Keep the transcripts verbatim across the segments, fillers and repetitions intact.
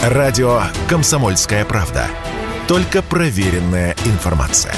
Радио «Комсомольская правда». Только проверенная информация.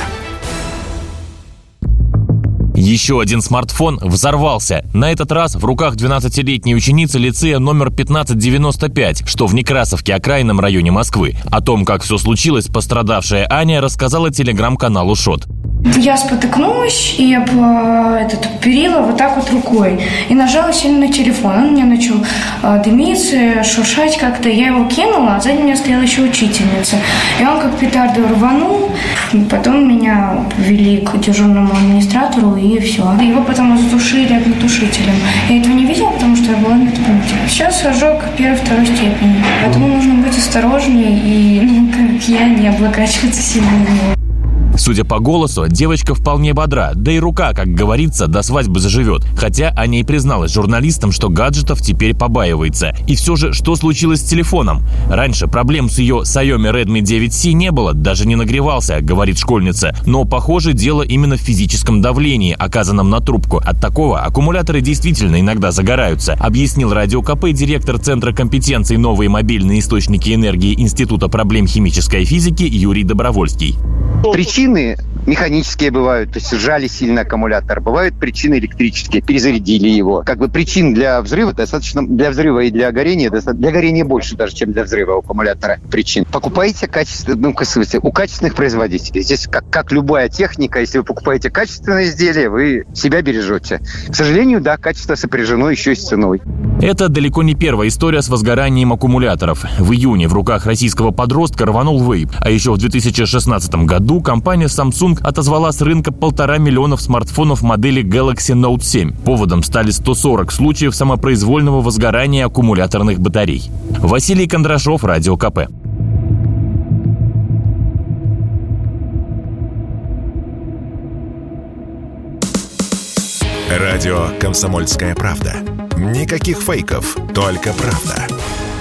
Еще один смартфон взорвался. На этот раз в руках двенадцатилетней ученицы лицея номер пятнадцать девяносто пять, что в Некрасовке, окраинном районе Москвы. О том, как все случилось, пострадавшая Аня рассказала телеграм-каналу «Шот». Я спотыкнулась и об этот перила вот так вот рукой. И нажала сильно на телефон. Он мне начал э, дымиться, шуршать как-то. Я его кинула, а сзади меня стояла еще учительница. И он как петарду рванул. Потом меня повели к дежурному администратору, и все. Его потом задушили огнетушителем. Я этого не видела, потому что я была на медпункте. Сейчас ожог первой-второй степени. Поэтому нужно быть осторожнее и, ну, как я, не облокачиваться сильно на него. Судя по голосу, девочка вполне бодра, да и рука, как говорится, до свадьбы заживет. Хотя Аня и призналась журналистам, что гаджетов теперь побаивается. И все же, что случилось с телефоном? Раньше проблем с ее Xiaomi Redmi девять си не было, даже не нагревался, говорит школьница. Но, похоже, дело именно в физическом давлении, оказанном на трубку. От такого аккумуляторы действительно иногда загораются, объяснил Радио КП директор Центра компетенций «Новые мобильные источники энергии» Института проблем химической физики Юрий Добровольский. Причины механические бывают, то есть сжали сильно аккумулятор. Бывают причины электрические, перезарядили его. Как бы причин для взрыва достаточно, для взрыва и для горения, для горения больше даже, чем для взрыва аккумулятора причин. Покупайте качественные, ну, у качественных производителей. Здесь как, как любая техника, если вы покупаете качественное изделие, вы себя бережете. К сожалению, да, качество сопряжено еще и с ценой. Это далеко не первая история с возгоранием аккумуляторов. В июне в руках российского подростка рванул вейп. А еще в две тысячи шестнадцатом году компания Samsung отозвала с рынка полтора миллионов смартфонов модели Galaxy Note семь. Поводом стали сто сорок случаев самопроизвольного возгорания аккумуляторных батарей. Василий Кондрашов, Радио КП. Радио «Комсомольская правда». Никаких фейков, только правда.